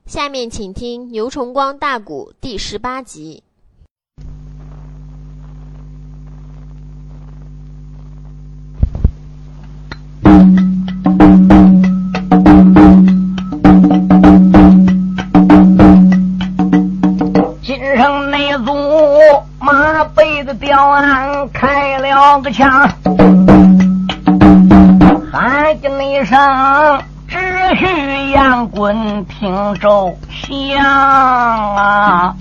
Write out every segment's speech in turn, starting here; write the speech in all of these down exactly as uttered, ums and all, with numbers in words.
下面请听牛崇光大鼓第十八集。 今生内祖马背的吊鞍开了个枪，喊着那声只需杨棍听奏响啊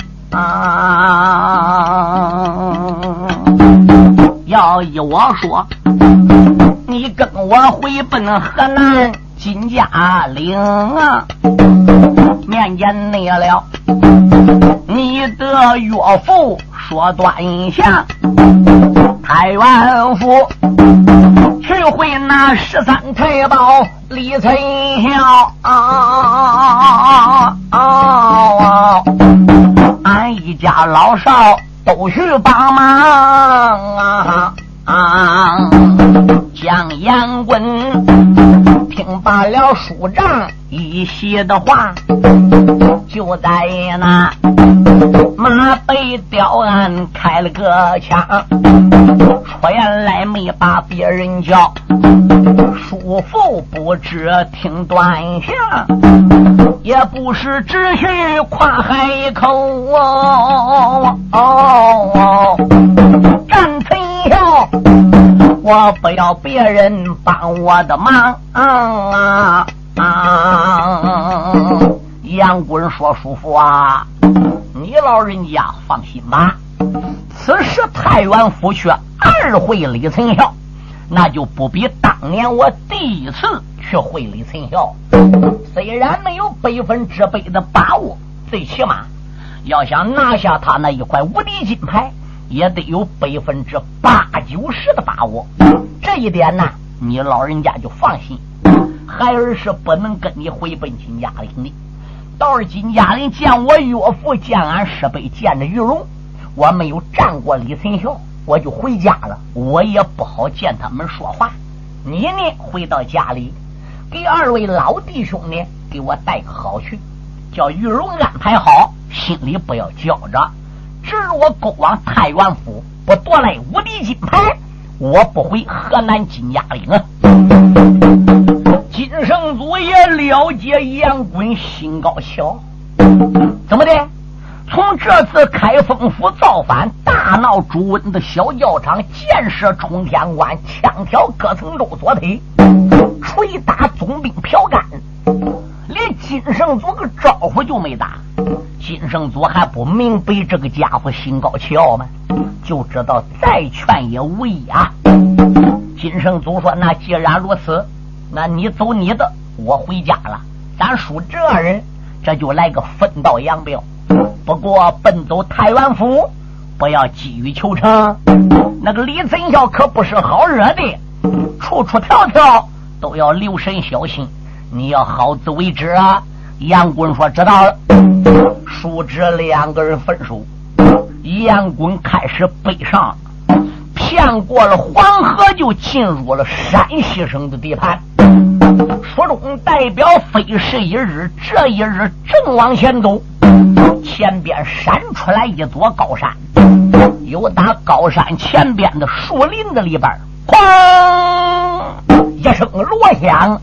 啊！要依我说，你跟我回奔河南金家岭啊，面见你了你的岳父说端详，太原府去会那十三太保李存孝啊啊啊啊！俺一家老少都去帮忙啊啊！将杨棍听罢了署长一席的话，就在那马背吊鞍开了个枪，出言来没把别人叫，叔父不知听端详，也不是只许夸海口哦哦哦，战存孝，我不要别人帮我的忙啊啊！杨棍说：“叔父啊，你老人家放心吧，此时太原府去二会李存孝，那就不比当年我第一次去会李存孝。虽然没有百分之百的把握，最起码要想拿下他那一块无敌金牌，也得有百分之八九十的把握。这一点呢，你老人家就放心。孩儿是不能跟你回奔金家岭的。到了金家岭见我岳父，见俺师辈，见着于荣，我没有战过李存孝，我就回家了，我也不好见他们说话。你呢，回到家里给二位老弟兄呢给我带个好去，叫于荣安排好，心里不要焦着，只我勾往太原府，不夺来无敌金牌，我不回河南金家岭啊！金圣祖也了解杨棍心高桥，怎么的？从这次开封府造反大闹朱温的小教场，建设冲天关，枪挑各层州左腿，捶打总兵朴干，连金圣祖个招呼就没打。金圣祖还不明白这个家伙心高气傲吗？就知道再劝也无益啊。金圣祖说：“那既然如此，那你走你的，我回家了。咱叔这人这就来个分道扬镳。不过奔走太原府，不要急于求成。那个李存孝可不是好惹的，处处条条都要留神小心，你要好自为之啊。”杨棍说：“知道了。”叔侄两个人分手，杨棍开始北上，骗过了黄河，就进入了山西省的地盘。蜀中代表飞逝一日，这一日正往前走，前边闪出来一座高山，有打高山前边的树林子里边，哐一声锣响，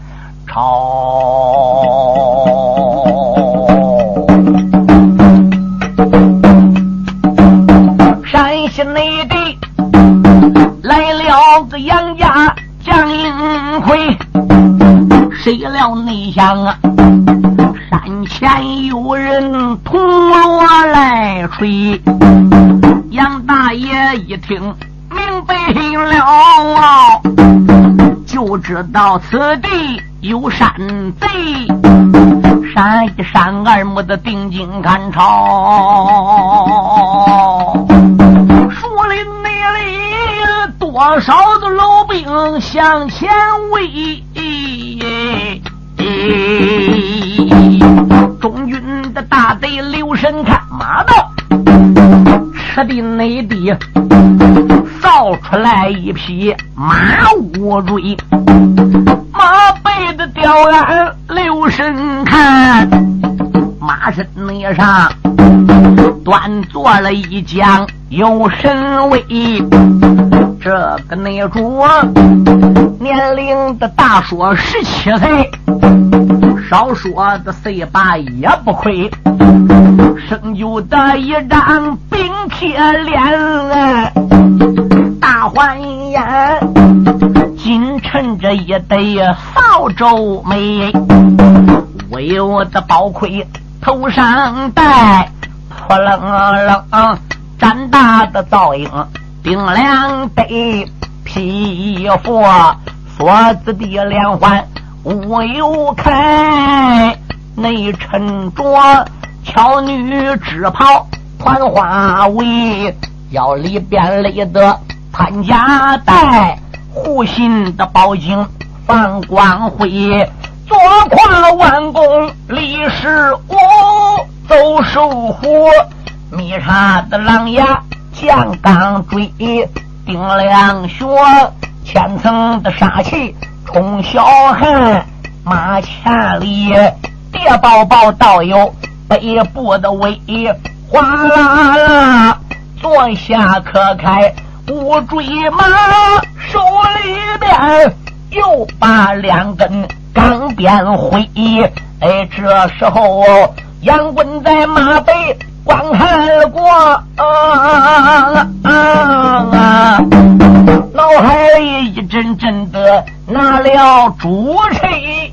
朝山西内地来了个杨家将英魁，谁料内想啊，山前有人铜锣来吹。杨大爷一听明白了，就知道此地有山贼，山一山二目的定睛看朝，树林内里多少的老兵向前围，中军的大队留神看，马到赤地内地扫出来一匹马乌追，马背的吊鞍留神看，马马身内上端坐了一将有神威，这个内主年龄的大说十七岁，少说的岁八也不亏，生就的一张冰铁脸，大环眼，紧衬着一对扫帚眉，唯有的宝盔头上戴，扑棱棱展大的造影，顶梁背披佛锁子的连环无有开，内衬着巧女纸袍团花围，腰里边勒的潘家带，护心的宝镜放光辉，左跨弯弓李世武，走手虎密插的狼牙将钢锥，顶两穴千层的杀气冲小汉，马前里叠包包倒有北部的威，哗啦啦坐下可开五坠马，手里边又把两根钢鞭挥，哎，这时候杨棍在马背观看过，啊啊啊啊，脑海里一阵阵的拿了主吹，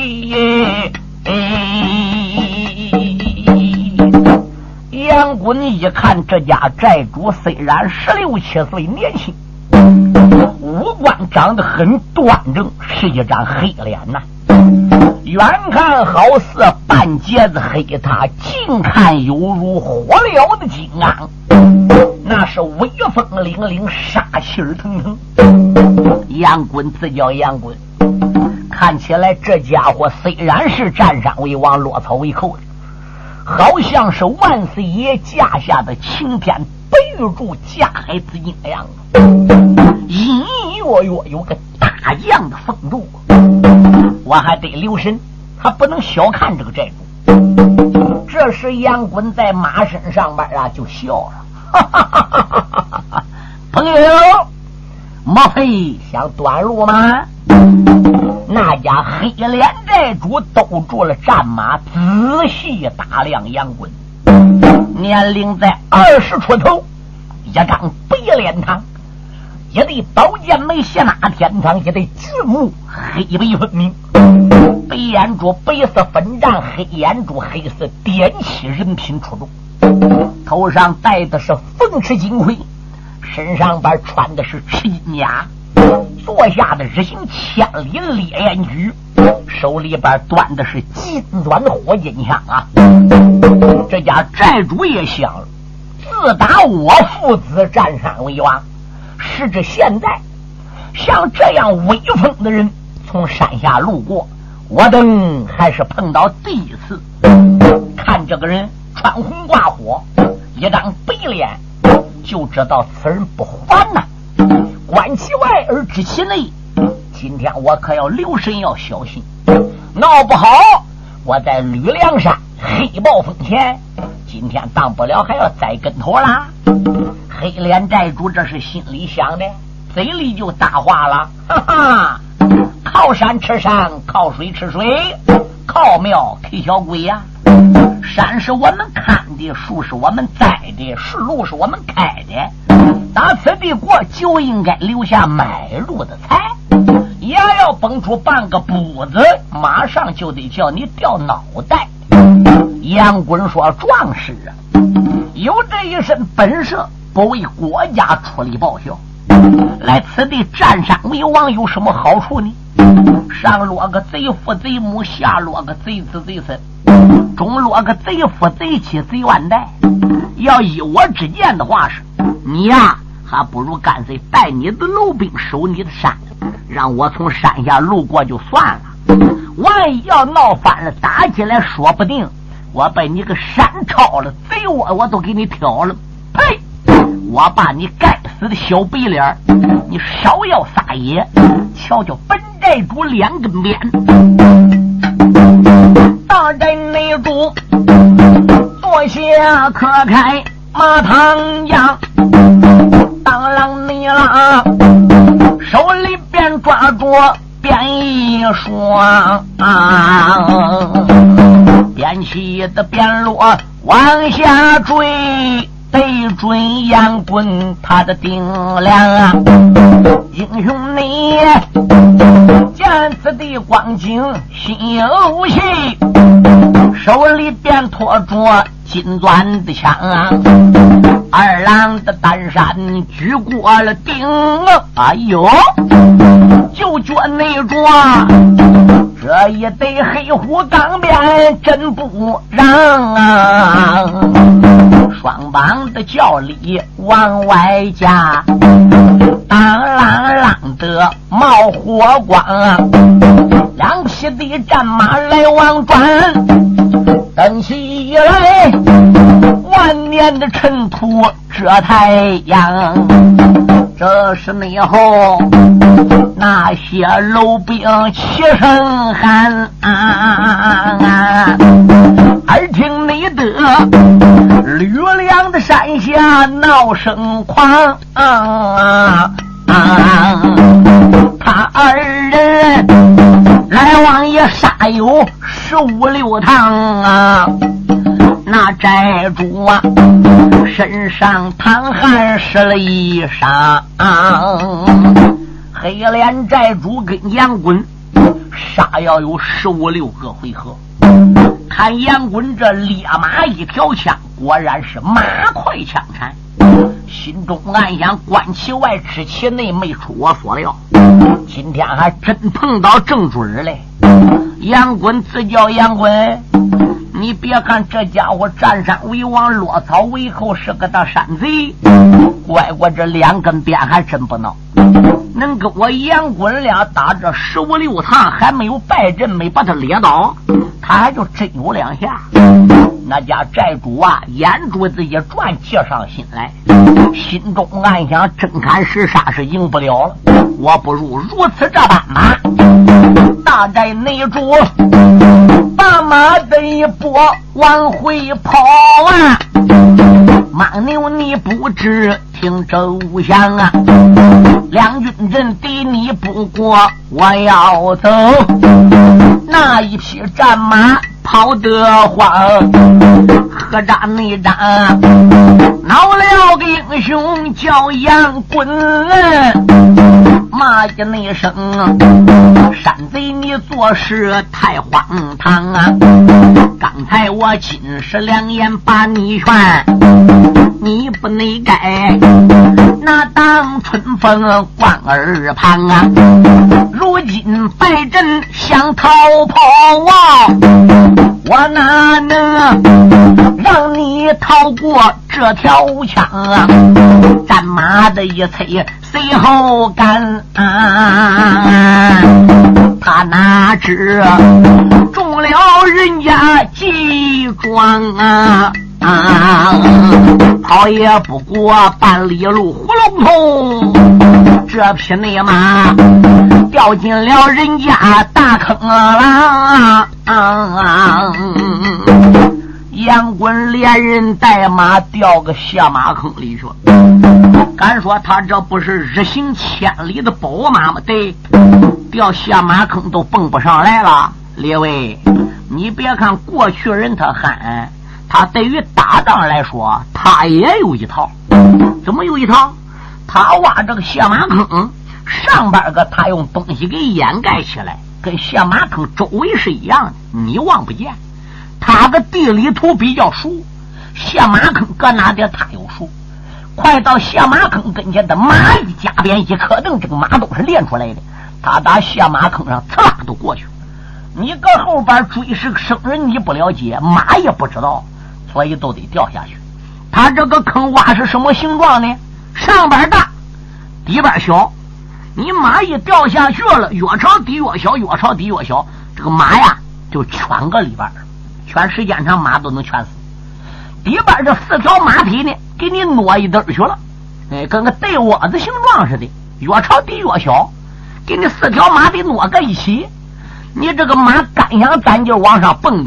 杨棍一看这家寨主虽然十六七岁年轻，五官长得很端正，是一张黑脸呐、啊，远看好似半截子黑塔，近看犹如火燎的金刚，那是威风凛凛，杀气儿腾腾。杨棍自叫杨棍，看起来这家伙虽然是占山为王，落草为寇的，好像是万岁爷驾下的青天白玉柱架海紫金一样，隐隐约约有个大将的风度。我还得留神，他不能小看这个寨主。这时杨棍在马身上边啊就笑了，哈哈哈哈哈哈，朋友，莫非想短路吗？那家黑脸寨主兜住了战马，仔细打量杨棍，年龄在二十出头，一张白脸膛，一对宝剑眉斜拿天堂，一对巨目黑白分明，白眼珠白色粉绽，黑眼珠黑色点起，人品出众，头上戴的是凤翅金盔，身上边穿的是赤金甲，坐下的日行千里烈焰举，手里边端的是金钻的火金枪啊！这家寨主也想了，自打我父子占山为王，时至现在，像这样威风的人从山下路过，我等还是碰到第一次。看这个人穿红挂火，一张白脸，就知道此人不凡呐、啊。观其外而知其内，今天我可要留神，要小心，闹不好我在吕梁山黑暴风前，今天当不了还要栽跟头啦。黑脸寨主这是心里想的，嘴里就搭话了，哈哈，靠山吃山，靠水吃水，靠庙开小鬼呀、啊！山是我们看的，树是我们栽的，是路是我们开的，打此地过就应该留下买入的财，也要蹦出半个补子，马上就得叫你掉脑袋。杨棍说，壮士啊，有这一身本事，不为国家出力报效，来此地占山为王有什么好处呢？上落个贼父贼母，下落个贼子贼孙，中落个贼夫贼妻贼万代。要依我之见的话是，你呀还不如干脆带你的楼兵守你的山，让我从山下路过就算了。万一要闹翻了打起来，说不定我被你个山超了，贼窝我都给你挑了。呸！我把你该死的小白脸，你少要撒野！瞧瞧本寨主两根鞭，大寨内主往下可开马唐将，当啷你啷，手里边抓着鞭一双，鞭起的鞭落往下追，对准杨棍他的顶梁。英雄你见此地光景心有气，手里边拖着金钻的枪，二郎的单山举过了顶，哎呦，就觉那着这一对黑虎钢鞭真不让啊！双膀的教力往外加，当啷啷的冒火光，两匹的战马来往转，等起来万年的尘土遮太阳。这是内后那些楼兵齐声喊，啊，耳听你的吕梁的山下闹声狂，啊啊，他二人来往也杀有十五六趟啊。那寨主啊身上淌汗湿了衣裳，黑脸寨主跟杨棍杀要有十五六个回合，看杨棍这烈马一条枪，果然是马快枪缠，心中暗想关其外吃其内，没出我所料，今天还真碰到正准嘞。杨棍自叫杨棍，你别看这家伙占山为王，落草为寇，是个大山贼，乖乖这两根鞭还真不孬，能跟我杨棍俩打这十五六趟，还没有败阵，没把他列倒，他还就真有两下。那家寨主啊眼珠子一转，计上心来，心中暗想真看实杀是赢不了了，我不如如此这般吧。大寨内主把马的一波往回跑啊，马牛你不知听周详啊，两军阵敌你不过我要走，那一匹战马跑得慌，何战内战恼了个英雄叫杨棍，骂着那声山贼你做事太荒唐啊，刚才我金石两眼把你劝，你不内改那当春风贯耳旁啊，如今败阵想逃跑啊，我哪能让你逃过这条枪啊，战马的一催随后赶啊，他哪知中了人家计装啊，啊，跑也不过半里路胡龙通，这匹内马掉进了人家大坑了啊！杨棍连人带马掉个下马坑里去，敢说他这不是日行千里的宝马吗？对，掉下马坑都蹦不上来了。列位，你别看过去人他憨，他对于打仗来说他也有一套。怎么有一套？他挖这个下马坑上边个他用东西给掩盖起来，跟下马坑周围是一样的，你望不见。他的地理图比较熟，下马坑搁哪点他有熟，快到下马坑跟前的马一加鞭一磕蹬，这个马都是练出来的，他打下马坑上刺啦都过去，你搁后边追是个生人你不了解，马也不知道，所以都得掉下去。他这个坑挖是什么形状呢？上边大底边小，你马一掉下去了，越朝底越小，越朝底越小，这个马呀就圈个里边，圈时间长马都能圈死。底边这四条马蹄呢给你挪一堆去了，哎，跟个对窝子形状似的，越朝底越小，给你四条马蹄挪在一起，你这个马干想咱就往上蹦的，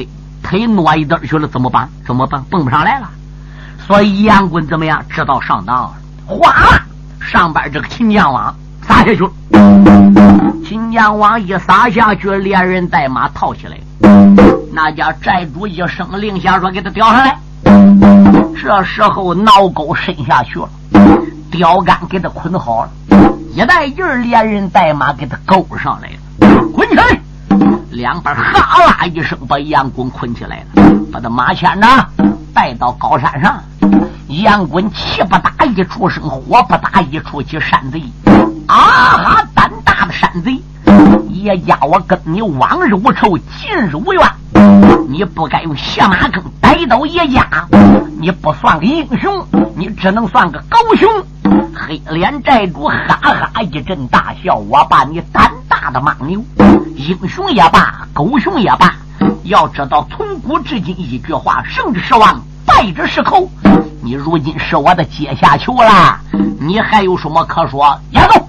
腿挪一点去了，怎么办？怎么办？蹦不上来了。所以杨棍怎么样？知道上当了，哗啦，上边这个秦将网撒下去了。秦将网一撒下去，连人带马套起来。那家寨主一声令下说：“给他吊上来。”这时候挠钩伸下去了，吊杆给他捆好了，一带劲儿，连人带马给他勾上来了，捆起来。两边哈啦一声把杨棍捆起来了，把他马牵着带到高山上。杨棍气不打一处生，火不打一处起，山贼啊哈，胆大的山贼，爷家我跟你往日无仇，近日无怨，你不该用下马坑逮到爷家，你不算个英雄，你只能算个狗熊。黑脸寨主哈哈一阵大笑，我把你胆大的莽牛，英雄也罢，狗熊也罢，要知道从古至今一句话，胜之是王，败之是寇，你如今是我的阶下囚了，你还有什么可说？押走！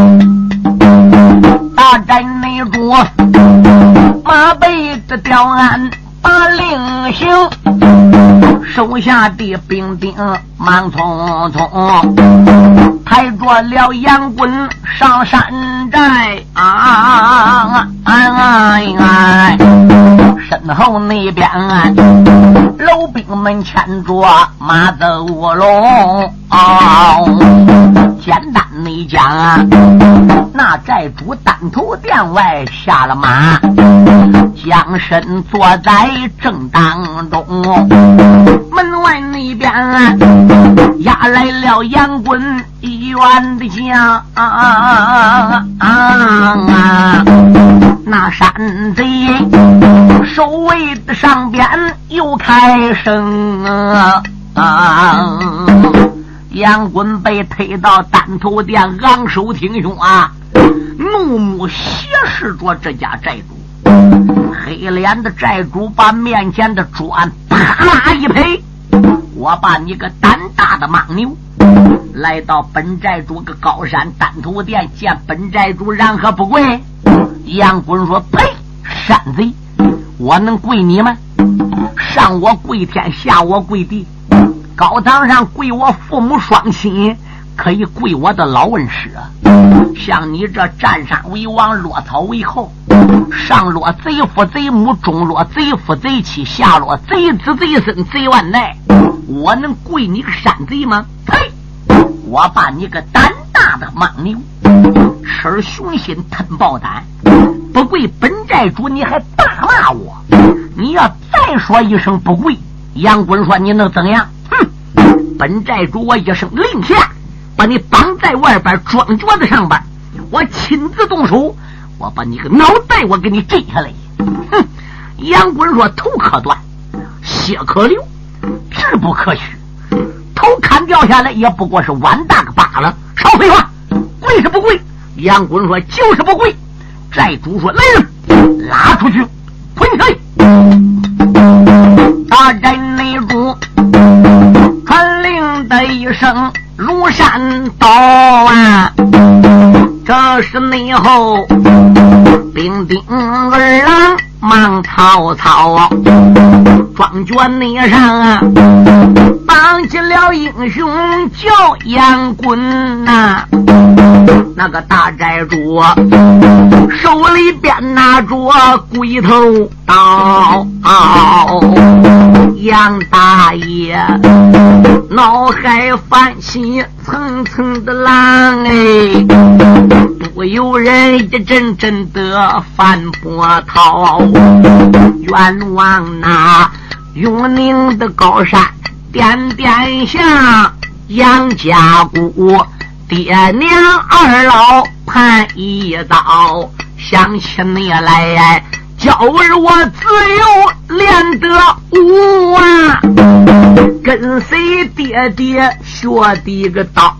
大寨内主马背的吊鞍把令行，手下的兵丁忙匆匆抬着了杨棍上山寨啊啊啊啊！身后那边楼兵们牵着马走龙，哦，简单地讲，那寨主单头殿外下了马，将身坐在正当中，门外那边押来了杨棍一员的将，啊啊啊啊！那山贼守卫的上边又开声啊啊！杨棍被推到单头殿，昂首挺胸啊，怒目斜视着这家寨主。黑脸的寨主把面前的砖啪啦一拍，我把你个胆大的莽牛！来到本寨主个高山单头殿，见本寨主然何不跪？杨棍说：“呸！山贼，我能跪你吗？上我跪天，下我跪地，高堂上跪我父母双亲，可以跪我的老恩师啊！像你这占山为王，落草为后，上落贼父贼母，中落贼父贼妻，下落贼子贼孙贼万代，我能跪你个山贼吗？呸！我把你个胆大的莽牛，吃雄心吞豹胆，不跪本寨主你还大骂我，你要再说一声不跪，杨棍说你能怎样？哼！本寨主我一声令下，把你绑在外边庄脚子上边，我亲自动手，我把你个脑袋我给你摘下来。哼！杨棍说头可断，血可流，志不可取，头砍掉下来也不过是碗大个罢了。少废话，跪是不跪？杨棍说就是不跪。寨主说来人，拉出去捆起来。大寨内主传令的一声如山倒啊，这是内后兵丁二郎忙曹操，庄脚内上啊绑起了英雄叫杨棍呐、啊，那个大寨主手里边拿着龟头刀，杨大爷脑海翻起层层的浪哎，不由人一阵阵的翻波涛，冤枉那永宁的高山点点下，杨家谷爹娘二老判一刀，想起你来教儿我自由练得无啊，跟随爹爹学的个刀，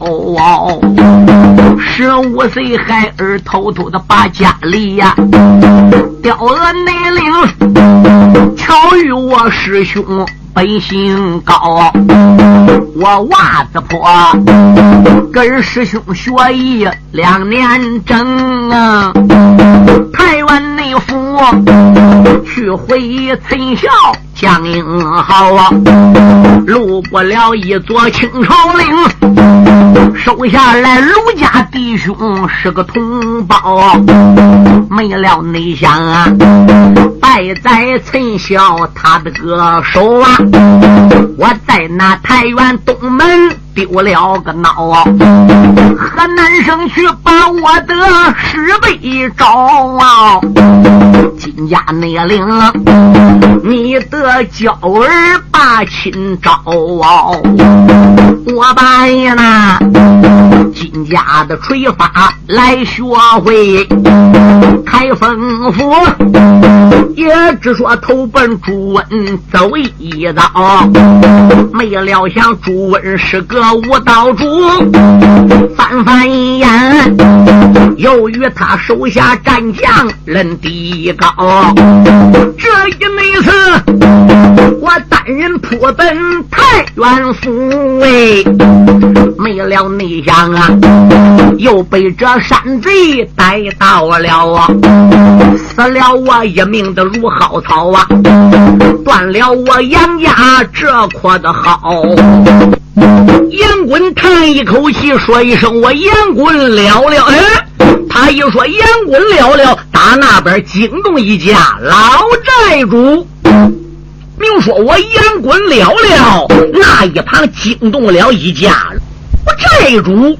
十五岁孩儿偷偷的把家里呀、啊、雕了内领，巧遇我师兄本性高，我袜子破跟师兄学艺两年整啊，台湾内府去回陈孝江英豪啊，路过了一座清朝陵，收下来卢家弟兄是个同胞，没了内想啊，败在陈孝他的个手啊，我在那台湾东门丢了个脑啊，河南省去把我的师辈找啊，金家内领你的娇儿把亲找啊，我把那金家的锤法来学会，开封府也只说投奔朱温走一遭，没料想朱温是个武道主，翻翻眼又与他手下战将人低高，这一那次我单人扑奔太原府哎，没了内想啊，又被这山贼逮到了啊，死了我一命的如蒿草啊，断了我杨家这棵的好。杨滚叹一口气说一声我杨滚了了，哎，他一说杨滚了了，打那边惊动一家老寨主，明说我杨滚了了，那一旁惊动了一家寨主，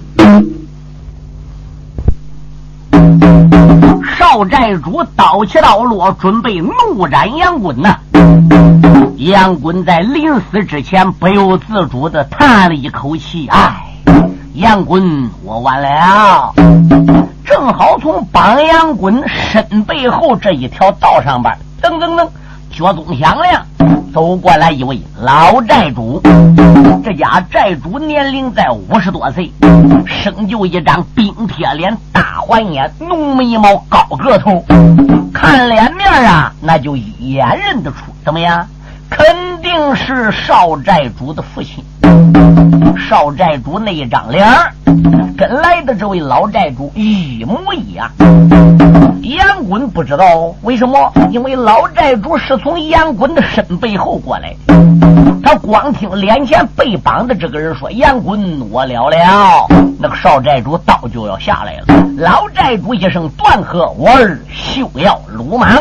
少寨主刀起刀落，准备怒斩杨滚呢。杨滚在临死之前不由自主地叹了一口气，哎，杨滚我完了。正好从帮杨滚身背后这一条道上边，噔噔噔，脚踪响亮，走过来一位老寨主。这家寨主年龄在五十多岁，生就一张冰铁脸，大环眼，浓眉毛，高个头，看脸面啊，那就一眼认得出，怎么样？肯定是少寨主的父亲。少寨主那一张脸跟来的这位老寨主一模一样。杨滚不知道为什么，因为老寨主是从杨滚的身背后过来的，他光听脸前被绑的这个人说杨滚我了了，那个少寨主刀就要下来了。老寨主一声断喝，我儿休要鲁莽。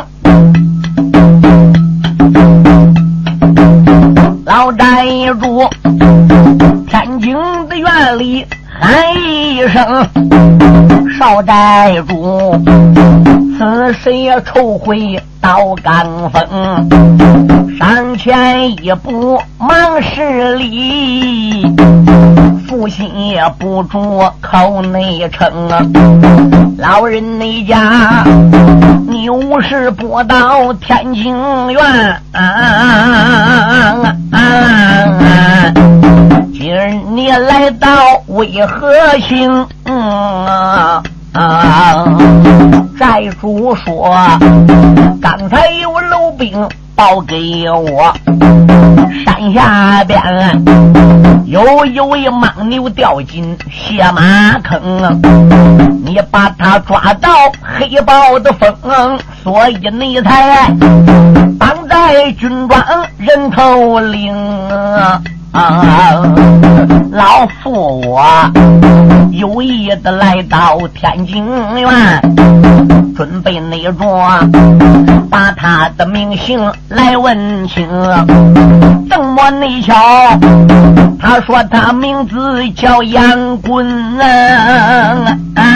老寨主天津的院里喊一声，少寨主此谁也抽回刀杆锋，上前一步忙施礼，父亲也不住口内称，老人那家你无事不到天津院，啊啊啊、今儿你来到为何行？嗯啊啊、寨主说刚才有楼兵报给我，山下边有一位牦牛掉进血马坑，你把他抓到黑豹的风，所以你才绑在军装人头领啊！老夫我有意的来到天津院，准备那桩把他的名姓来问清。等我内瞧，他说他名字叫杨滚啊，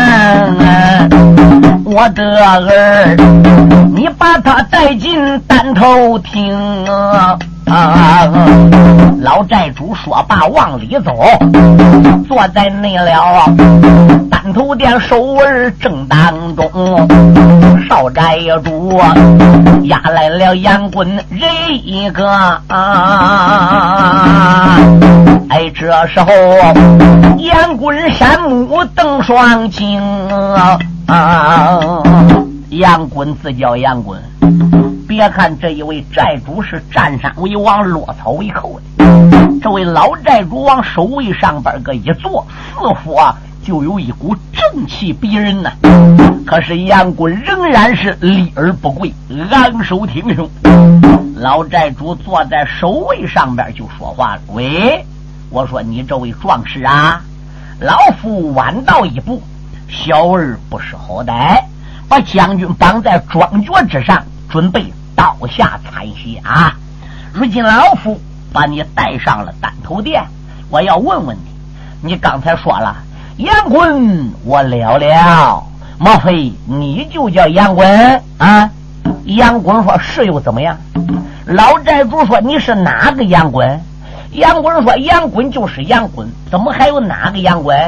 我的儿，你把他带进单头厅啊！啊！老寨主说罢往里走，坐在内了单头店守卫正当中，少寨主押来了杨滚人一个啊！哎，这时候杨滚山目瞪双睛啊！杨滚自叫杨滚， 别看这一位寨主是占山为王，落草为寇的，这位老寨主往守卫上边个一坐，似乎啊就有一股正气逼人呐、啊。可是杨棍仍然是立而不跪，昂首挺胸。老寨主坐在守卫上边就说话了：“喂，我说你这位壮士啊，老夫晚到一步，小儿不识好歹，把将军绑在庄脚之上，准备刀下参血啊！如今老夫把你带上了丹头殿，我要问问你，你刚才说了杨棍我了了，莫非你就叫杨棍啊？”杨棍说：“是又怎么样？”老寨主说：“你是哪个杨棍？”杨棍说：“杨棍就是杨棍，怎么还有哪个杨棍？”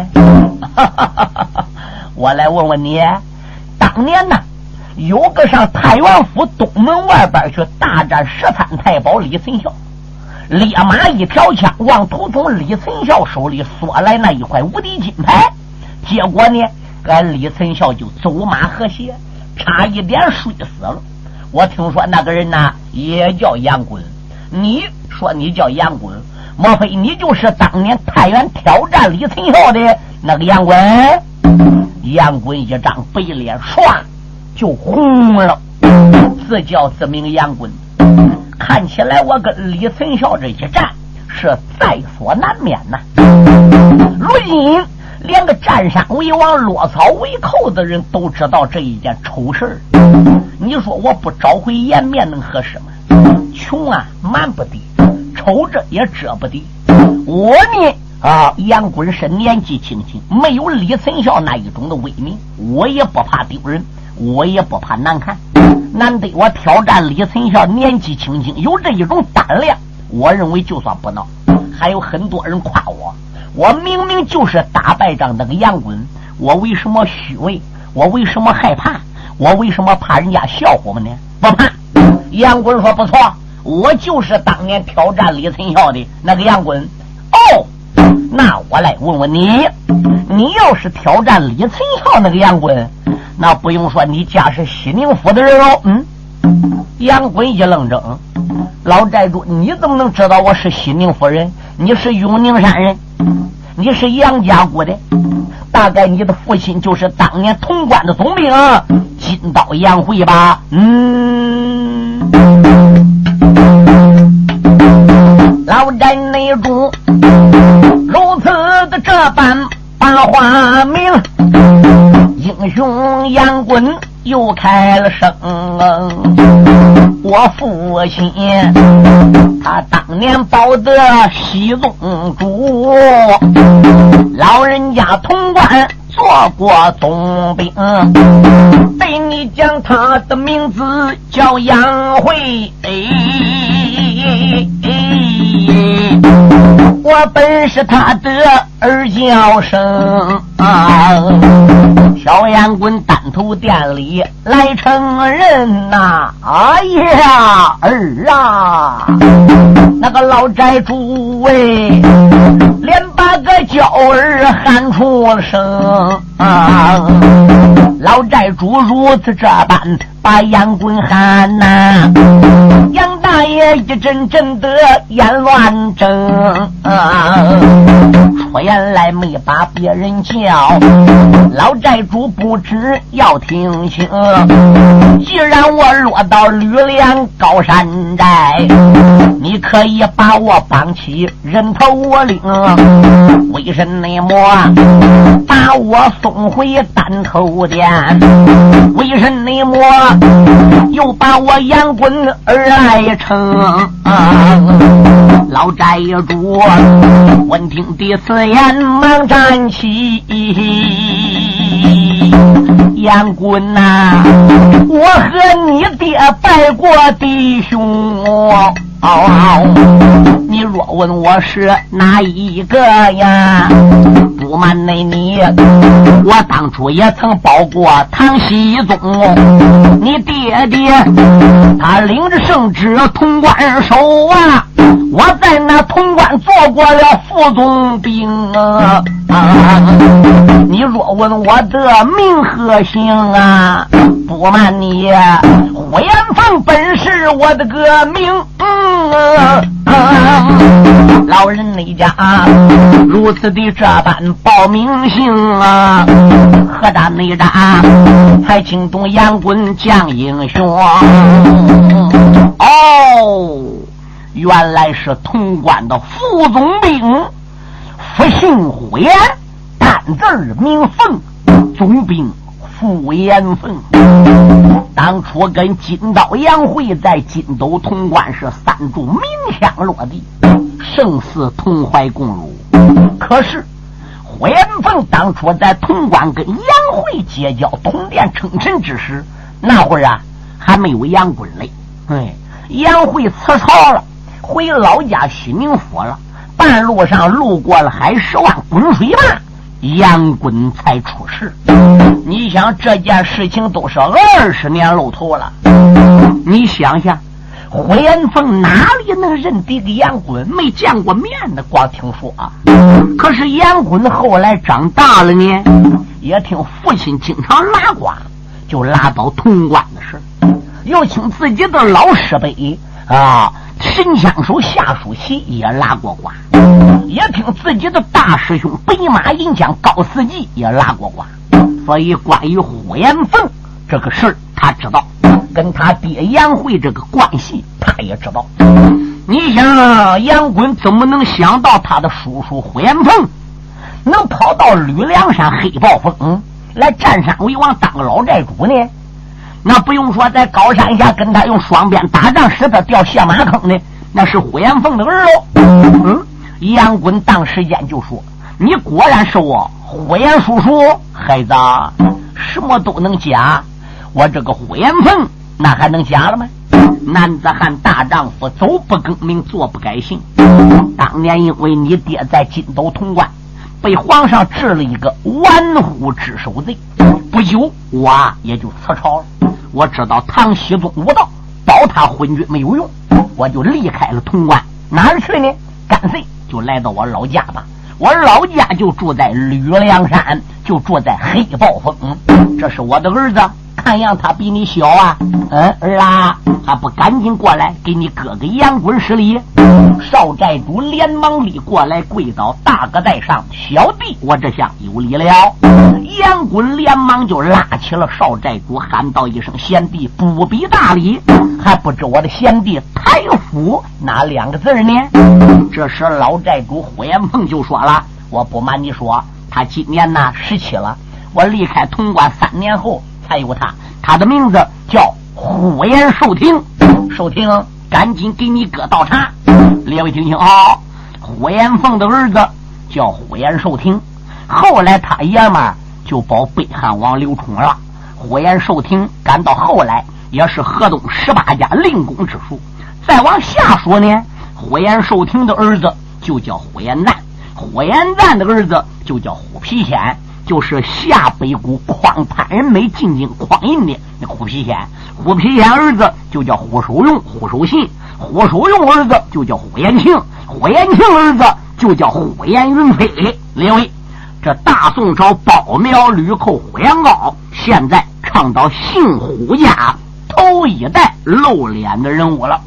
我来问问你，当年呢，有个上太原府东门外边去大战十三太保李存孝，烈马一条枪，妄图从李存孝手里索来那一块无敌金牌，结果呢，俺李存孝就走马河蟹，差一点睡死了。我听说那个人呢也叫杨棍，你说你叫杨棍，莫非你就是当年太原挑战李存孝的那个杨棍？杨棍一张白脸唰就红了，自叫自名杨棍。看起来我跟李存孝这一战是在所难免呐、啊。如今连个占山为王落草为寇的人都知道这一件丑事，你说我不找回颜面能合适吗？穷啊瞒不得，瞅着也遮不得。我呢啊，杨棍是年纪轻轻，没有李存孝那一种的威名，我也不怕丢人，我也不怕难看。难得我挑战李存孝，年纪轻轻有这一种胆量，我认为就算不闹，还有很多人夸我。我明明就是打败仗那个杨棍，我为什么虚伪？我为什么害怕？我为什么怕人家笑话我呢？不怕。杨棍说：“不错，我就是当年挑战李存孝的那个杨棍。”哦，那我来问问你，你要是挑战李存孝那个杨棍，那不用说，你家是西宁府的人哦。嗯，杨棍一愣怔，老寨主，你怎么能知道我是西宁府人？你是永宁山人，你是杨家国的，大概你的父亲就是当年潼关的总兵啊，金刀杨慧吧？嗯，老寨内主如此的这般把话明，英雄杨棍又开了声。我父亲他当年保得西宗主，老人家潼关做过总兵，对你讲他的名字叫杨慧。我本是他的儿叫声啊，小杨棍单头店里来承认呐、啊！哎呀儿啊，那个老寨主喂，连把个娇儿喊出了声啊！老寨主如此这般把杨棍喊呐、啊，杨大爷一阵阵的眼乱睁啊，出言来没把别人叫，老寨主不知要听清。既然我落到吕梁高山寨，你可以把我绑起人头我领，为什么把我送回丹头殿？为什么又把我杨棍而来称啊？老寨主闻听的此言忙站起，杨棍呐、啊，我和你爹拜过弟兄哦，你若问我是哪一个呀？不瞒内你，我当初也曾保过唐僖宗，你爹爹他领着圣旨潼关守啊，我在那潼关做过了副总兵啊。啊你若问我的名和姓啊，不瞒你， 火焰凤本是我的个名，嗯啊啊、老人那家如此的这般报名姓啊，何战内战才惊动杨棍将英雄。哦，原来是潼关的副总兵，复姓火焰，单字名凤，总兵傅延凤。当初跟金刀杨慧在金斗潼关是三柱鸣枪落地，生死同怀共辱。可是火焰凤当初在潼关跟杨慧结交通电称臣之时，那会儿啊还没有杨棍嘞。哎，杨慧辞朝了，回老家西宁府了。半路上路过了海十万滚水坝，杨棍才出事。你想这件事情都是二十年露头了，你想想火焰凤哪里能认得个杨棍？没见过面的，光听说啊。可是杨棍后来长大了呢，也听父亲经常拉呱，就拉到潼关的事，又请自己的老师辈啊神枪手夏书奇也拉过呱，也听自己的大师兄北马银将高司机也拉过呱。所以关于火焰凤这个事儿他知道，跟他爹杨慧这个关系他也知道。你想杨棍怎么能想到他的叔叔火焰凤能跑到吕梁山黑豹峰来占山为王当个老寨主呢？那不用说，在高山下跟他用双鞭打仗使他掉下马坑呢，那是火焰凤的儿喽。嗯，杨棍当时间就说：“你果然是我火焰叔叔，孩子，什么都能假，我这个火焰凤那还能假了吗？男子汉大丈夫，走不更名，坐不改姓。当年因为你爹在金斗潼关被皇上治了一个玩忽职守罪，不久我也就辞朝了。我知道唐僖宗无道，保他昏君没有用，我就离开了潼关。哪儿去呢？干脆就来到我老家吧。我老家就住在吕梁山，就住在黑豹峰。这是我的儿子，看样他比你小啊。嗯，儿啊，还不赶紧过来给你哥哥杨棍施礼？少寨主连忙里过来跪倒，大哥在上，小弟我这下有礼了。杨棍连忙就拉起了少寨主，喊道一声：“贤弟不必大礼。”还不知我的贤弟太府哪两个字呢？这时老寨主火焰凤就说了：“我不瞒你说，他今年呢十七了，我离开潼关三年后才有他，他的名字叫火焰寿亭。寿亭，赶紧给你哥倒茶。”列位听清啊，火焰凤的儿子叫火焰寿亭，后来他爷们就保北汉王刘冲了。火焰寿亭赶到后来也是河东十八家令公之属。再往下说呢，火焰寿亭的儿子就叫火焰赞，火焰赞的儿子就叫虎皮仙，就是下北谷匡潘仁美进京匡印的那虎皮仙。虎皮仙儿子就叫虎守用，虎守信，虎守用儿子就叫虎延庆，虎延庆儿子就叫虎延云飞。列位，这大宋朝包苗吕寇虎延高，现在唱到姓虎家头一代露脸的人物了。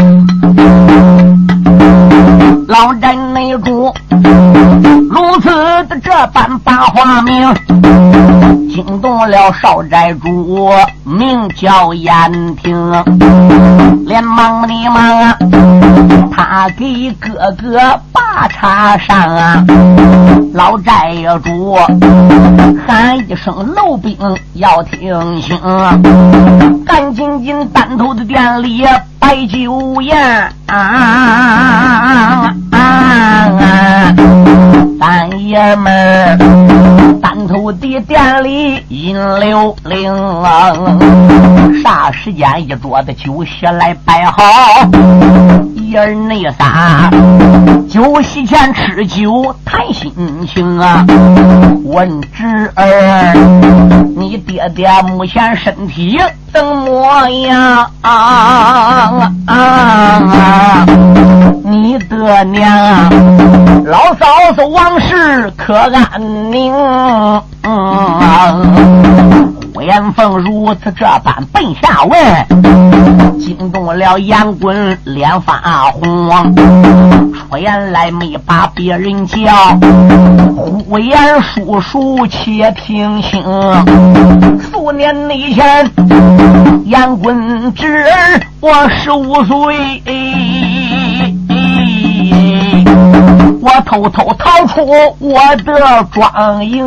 老寨内主如此的这般把话明，惊动了少寨主名叫燕平，连忙的忙啊，他给哥哥把茶上啊。老寨主喊一声漏兵要听清，赶紧进单头的店里摆酒宴啊啊啊啊！咱爷们儿单头的店里饮流灵，啥时间一桌的酒席来摆好，一儿内仨酒席前吃酒谈心情啊。问侄儿，你爹爹目前身体怎么样啊啊啊？你的娘老嫂子往事可安宁？嗯， 呼延凤如此这般奔下问，惊动了杨棍脸发红，出言来没把别人叫，呼延叔叔且听清，数年内前杨棍之儿我十五岁，我偷偷逃出我的庄营，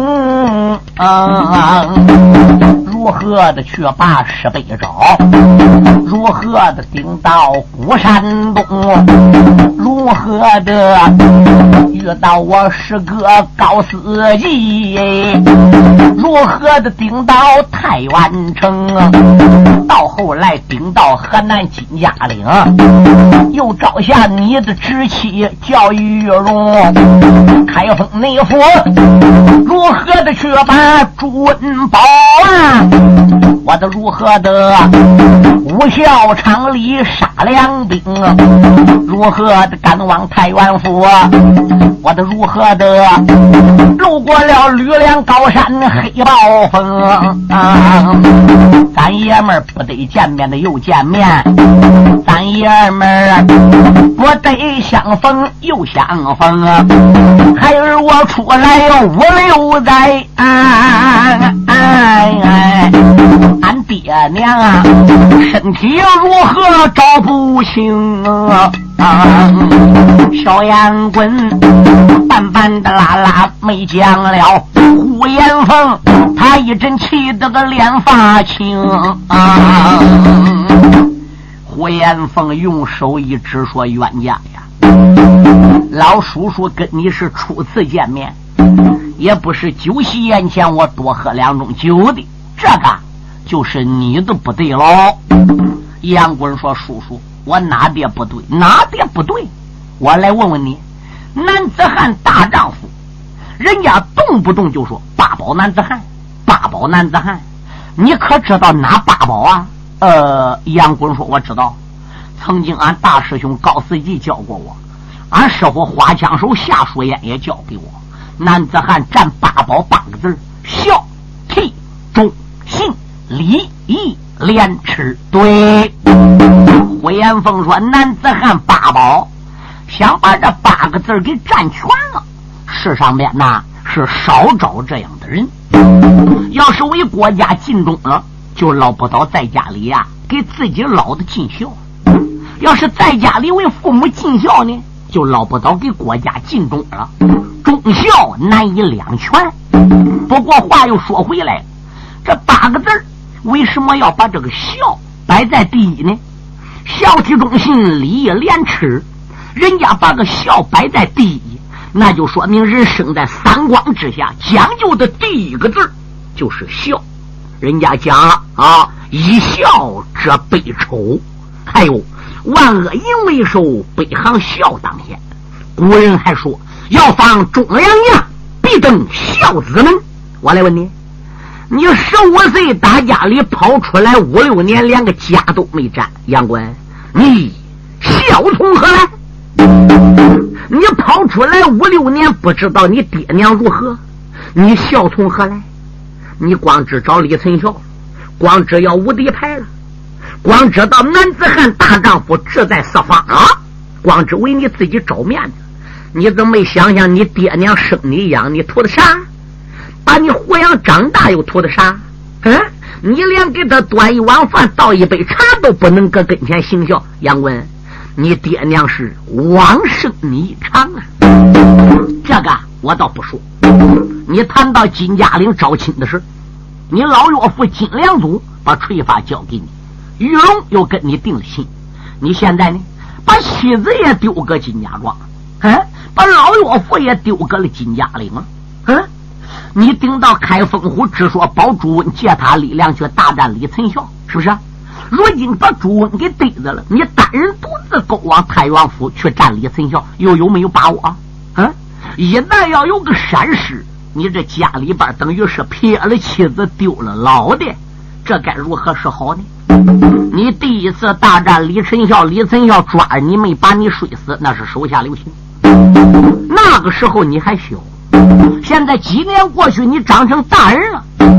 嗯，如何的去把石碑找，如何的顶到鼓山东，如何的遇到我师哥高司机，如何的顶到太原城，到后来顶到河南金家岭，又招下你的侄妻叫玉荣，开封内府如何的去把朱文宝啊，我的如何的武校厂里杀两兵，如何的赶往太原府，我的如何的路过了吕梁高山黑暴风啊，咱爷们儿不得见面的又见面，咱爷们儿不得相逢又相逢啊，孩儿我出来五六载，哎哎哎，俺爹娘啊身体如何找不清啊，啊小杨棍半半的拉拉没讲了，呼延凤他一阵气得个脸发青啊，呼延凤用手一指说冤家呀，老叔叔跟你是初次见面，也不是酒席宴前我多喝两盅酒的，这个就是你的不对喽。杨棍说叔叔我哪点不对哪点不对，我来问问你，男子汉大丈夫，人家动不动就说八宝男子汉八宝男子汉，你可知道哪八宝啊？呃，杨棍说我知道，曾经俺大师兄高司机教过我，俺师傅花枪手夏书燕也教给我，男子汉占八宝八个字，孝悌忠信礼义廉耻。对，呼延凤说男子汉八宝，想把这八个字给占全了，世上面那是少找这样的人，要是为国家尽忠了，就捞不到在家里呀、啊、给自己捞的尽孝，要是在家里为父母尽孝呢，就捞不到给国家尽忠了，忠孝难以两全。不过话又说回来，这八个字为什么要把这个孝摆在第一呢？孝悌忠信礼义廉耻，人家把个孝摆在第一，那就说明人生在三光之下，讲究的第一个字就是孝。人家讲啊，以孝者悲丑，还有万恶淫为首，北行孝当先。古人还说要防中良将，必登孝子门。我来问你，你十五岁打家里跑出来五六年，连个家都没占，杨官你孝从何来？你跑出来五六年，不知道你爹娘如何，你孝从何来？你光知找李存孝，光知要无敌牌了，光知道男子汉大丈夫志在四方啊，光知为你自己找面子，你怎么没想想你爹娘生你养你图的啥？把你抚养长大又图的啥？嗯，你连给他端一碗饭倒一杯茶都不能搁跟前行孝，杨文你爹娘是枉生你一场啊！这个我倒不说。你谈到金家岭招亲的事，你老岳父金良祖把垂发交给你，玉龙又跟你定了亲，你现在呢把妻子也丢搁金家庄，嗯，把老岳父也丢搁了金家岭了，嗯，你顶到开封府只说保朱温借他力量去大战李存孝，是不是？如今把朱温给逮着了，你单人独自勾往太原府去战李存孝，又有没有把握啊？嗯，一旦要有个闪失，你这家里边等于是撇了妻子丢了老的，这该如何是好呢？你第一次大战李存孝，李存孝抓你没把你睡死，那是手下留情，那个时候你还小，现在几年过去你长成大人了，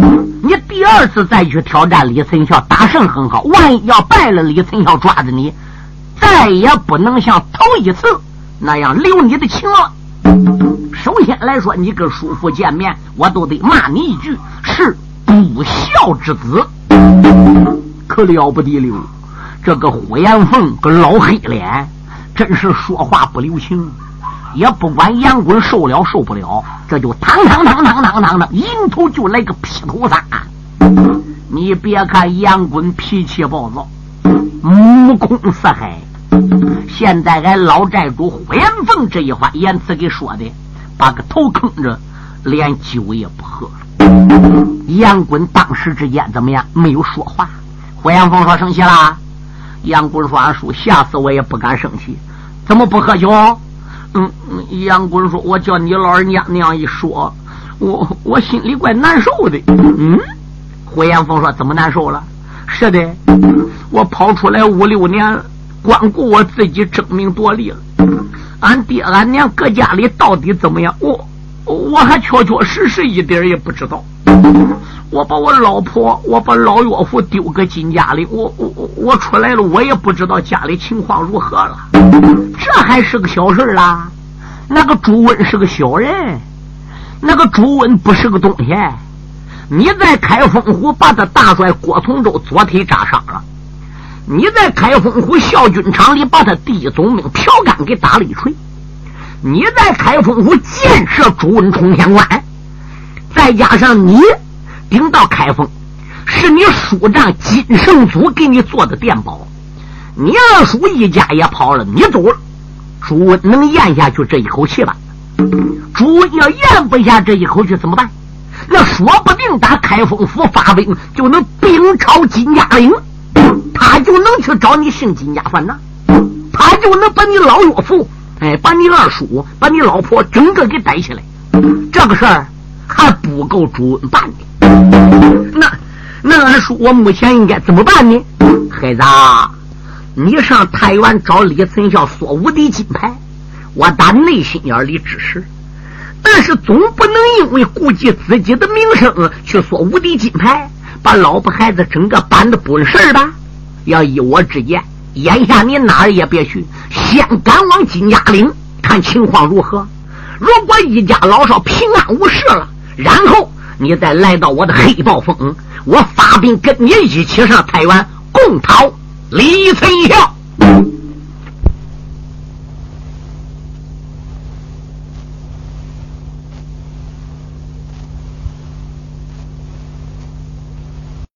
你第二次再去挑战李存孝，打胜很好，万一要败了，李存孝抓着你，再也不能像头一次那样留你的情了。首先来说，你跟叔父见面，我都得骂你一句是不孝之子。可了不得了，这个胡延凤个老黑脸真是说话不留情，也不管杨棍受了受不了，这就嘡嘡嘡嘡嘡嘡的迎头就来个劈头杀。你别看杨棍脾气暴躁，目空四海，现在俺老寨主胡延凤这一话言辞给说的，把个头坑着，连酒也不喝了。杨棍当时之间怎么样？没有说话。胡延凤说生气啦。杨棍说阿叔，下次我也不敢生气，怎么不喝酒？嗯，杨棍说我叫你老人家那样一说，我我心里怪难受的。嗯，胡延凤说怎么难受了？是的，我跑出来五六年，光顾我自己争名夺利了，俺爹俺娘搁家里到底怎么样，我我还确确实实一点也不知道。我把我老婆我把老岳父丢个金家里，我我我出来了，我也不知道家里情况如何了。这还是个小事啦，那个朱温是个小人，那个朱温不是个东西。你在开封湖把他大帅郭从周左腿扎伤了，你在开封湖校军场里把他第一总兵朴干给打了一锤，你在开封湖建设朱温冲天关，再加上你顶到开封是你叔丈金圣祖给你做的电报，你二叔一家也跑了，你走了，朱温能咽下去这一口气吧？朱温要咽不下这一口气怎么办？那说不定打开封府发兵就能兵超金家岭，他就能去找你姓金家算账，他就能把你老岳父哎，把你二叔把你老婆整个给逮起来，这个事儿还不够朱温办的。那那二叔我目前应该怎么办呢？孩子啊，你上太原找李存孝索无敌金牌，我打内心眼里支持，但是总不能因为顾及自己的名声去索无敌金牌，把老婆孩子整个办的不问事吧。要依我之言，眼下你哪儿也别去，先赶往金家岭看情况如何。如果一家老少平安无事了，然后你再来到我的黑豹峰，我发兵跟你一起上太原共讨李存孝。